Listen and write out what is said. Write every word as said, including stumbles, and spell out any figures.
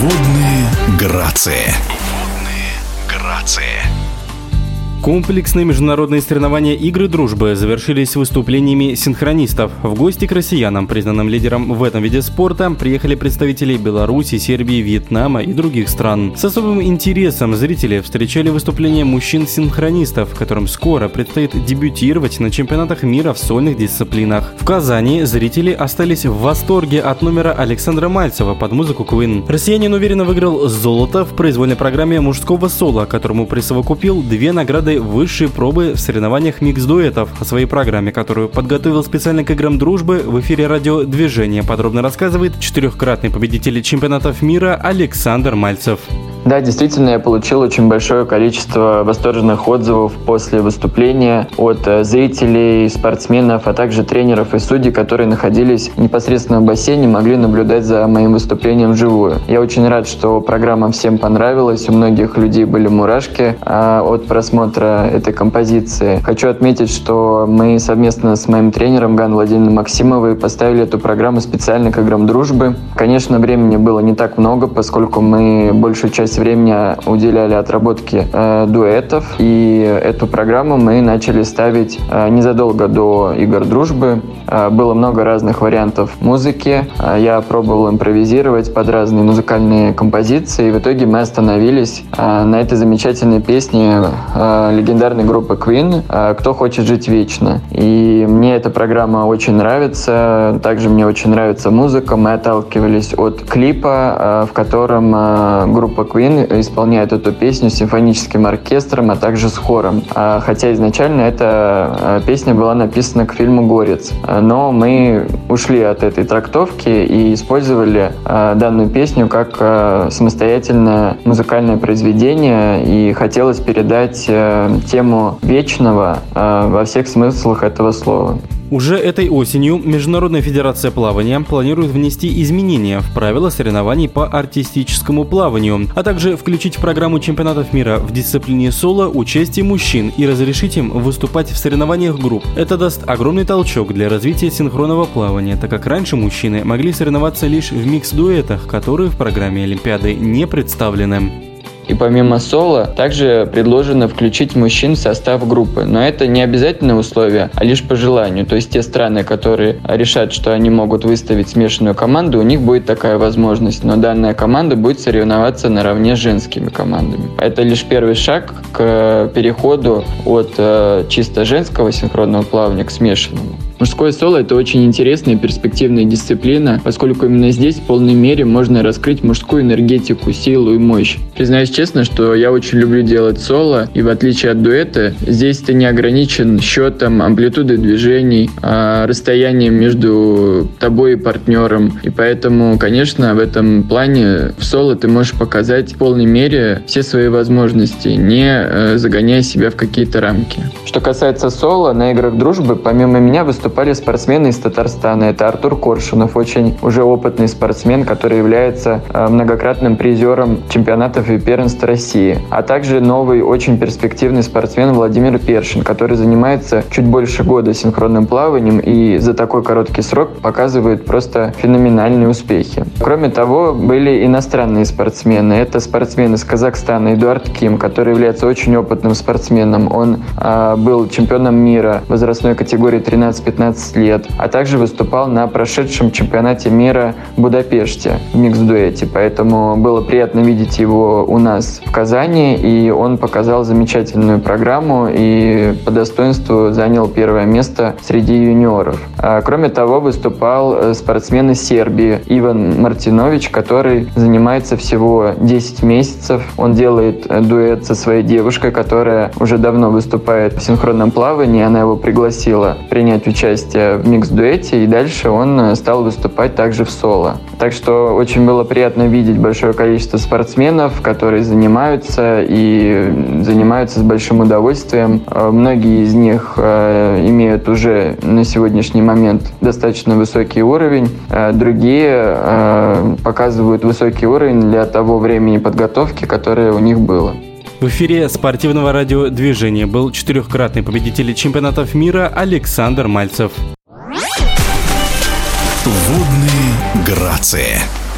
Водные грации. Водные грации. Комплексные международные соревнования «Игры дружбы» завершились выступлениями синхронистов. В гости к россиянам, признанным лидером в этом виде спорта, приехали представители Беларуси, Сербии, Вьетнама и других стран. С особым интересом зрители встречали выступления мужчин-синхронистов, которым скоро предстоит дебютировать на чемпионатах мира в сольных дисциплинах. В Казани зрители остались в восторге от номера Александра Мальцева под музыку Queen. Россиянин уверенно выиграл золото в произвольной программе мужского соло, которому присовокупил две награды высшей пробы в соревнованиях микс-дуэтов. О своей программе, которую подготовил специально к играм дружбы, в эфире радио «Движение» подробно рассказывает четырехкратный победитель чемпионатов мира Александр Мальцев. Да, действительно, я получил очень большое количество восторженных отзывов после выступления от зрителей, спортсменов, а также тренеров и судей, которые находились непосредственно в бассейне, могли наблюдать за моим выступлением вживую. Я очень рад, что программа всем понравилась, у многих людей были мурашки от просмотра этой композиции. Хочу отметить, что мы совместно с моим тренером Ганной Владимировной Максимовой поставили эту программу специально к играм дружбы. Конечно, времени было не так много, поскольку мы большую часть времени уделяли отработке э, дуэтов, и эту программу мы начали ставить э, незадолго до игр дружбы. Э, было много разных вариантов музыки. Э, я пробовал импровизировать под разные музыкальные композиции, и в итоге мы остановились э, на этой замечательной песне э, легендарной группы Queen э, «Кто хочет жить вечно». И мне эта программа очень нравится. Также мне очень нравится музыка. Мы отталкивались от клипа, э, в котором э, группа Queen исполняет эту песню с симфоническим оркестром, а также с хором. Хотя изначально эта песня была написана к фильму «Горец». Но мы ушли от этой трактовки и использовали данную песню как самостоятельное музыкальное произведение. И хотелось передать тему вечного во всех смыслах этого слова. Уже этой осенью Международная федерация плавания планирует внести изменения в правила соревнований по артистическому плаванию, а также включить в программу чемпионатов мира в дисциплине соло участие мужчин и разрешить им выступать в соревнованиях групп. Это даст огромный толчок для развития синхронного плавания, так как раньше мужчины могли соревноваться лишь в микс-дуэтах, которые в программе Олимпиады не представлены. И помимо соло, также предложено включить мужчин в состав группы. Но это не обязательное условие, а лишь по желанию. То есть те страны, которые решат, что они могут выставить смешанную команду, у них будет такая возможность. Но данная команда будет соревноваться наравне с женскими командами. Это лишь первый шаг к переходу от э, чисто женского синхронного плавания к смешанному. Мужское соло – это очень интересная и перспективная дисциплина, поскольку именно здесь в полной мере можно раскрыть мужскую энергетику, силу и мощь. Признаюсь честно, что я очень люблю делать соло, и в отличие от дуэта, здесь ты не ограничен счетом, амплитудой движений, расстоянием между тобой и партнером. И поэтому, конечно, в этом плане в соло ты можешь показать в полной мере все свои возможности, не загоняя себя в какие-то рамки. Что касается соло, на играх дружбы помимо меня выступают Выступали спортсмены из Татарстана. Это Артур Коршунов, очень уже опытный спортсмен, который является многократным призером чемпионатов и первенств России. А также новый, очень перспективный спортсмен Владимир Першин, который занимается чуть больше года синхронным плаванием и за такой короткий срок показывает просто феноменальные успехи. Кроме того, были иностранные спортсмены. Это спортсмен из Казахстана Эдуард Ким, который является очень опытным спортсменом. Он а, был чемпионом мира возрастной категории тринадцать-пятнадцать лет, а также выступал на прошедшем чемпионате мира в Будапеште в микс-дуэте, поэтому было приятно видеть его у нас в Казани, и он показал замечательную программу и по достоинству занял первое место среди юниоров. А, кроме того, выступал спортсмен из Сербии Иван Мартинович, который занимается всего десять месяцев. Он делает дуэт со своей девушкой, которая уже давно выступает в синхронном плавании, она его пригласила принять участие участие в микс-дуэте, и дальше он стал выступать также в соло. Так что очень было приятно видеть большое количество спортсменов, которые занимаются и занимаются с большим удовольствием. Многие из них имеют уже на сегодняшний момент достаточно высокий уровень, другие показывают высокий уровень для того времени подготовки, которое у них было. В эфире спортивного радио «Движение» был четырехкратный победитель чемпионатов мира Александр Мальцев. Водные грации.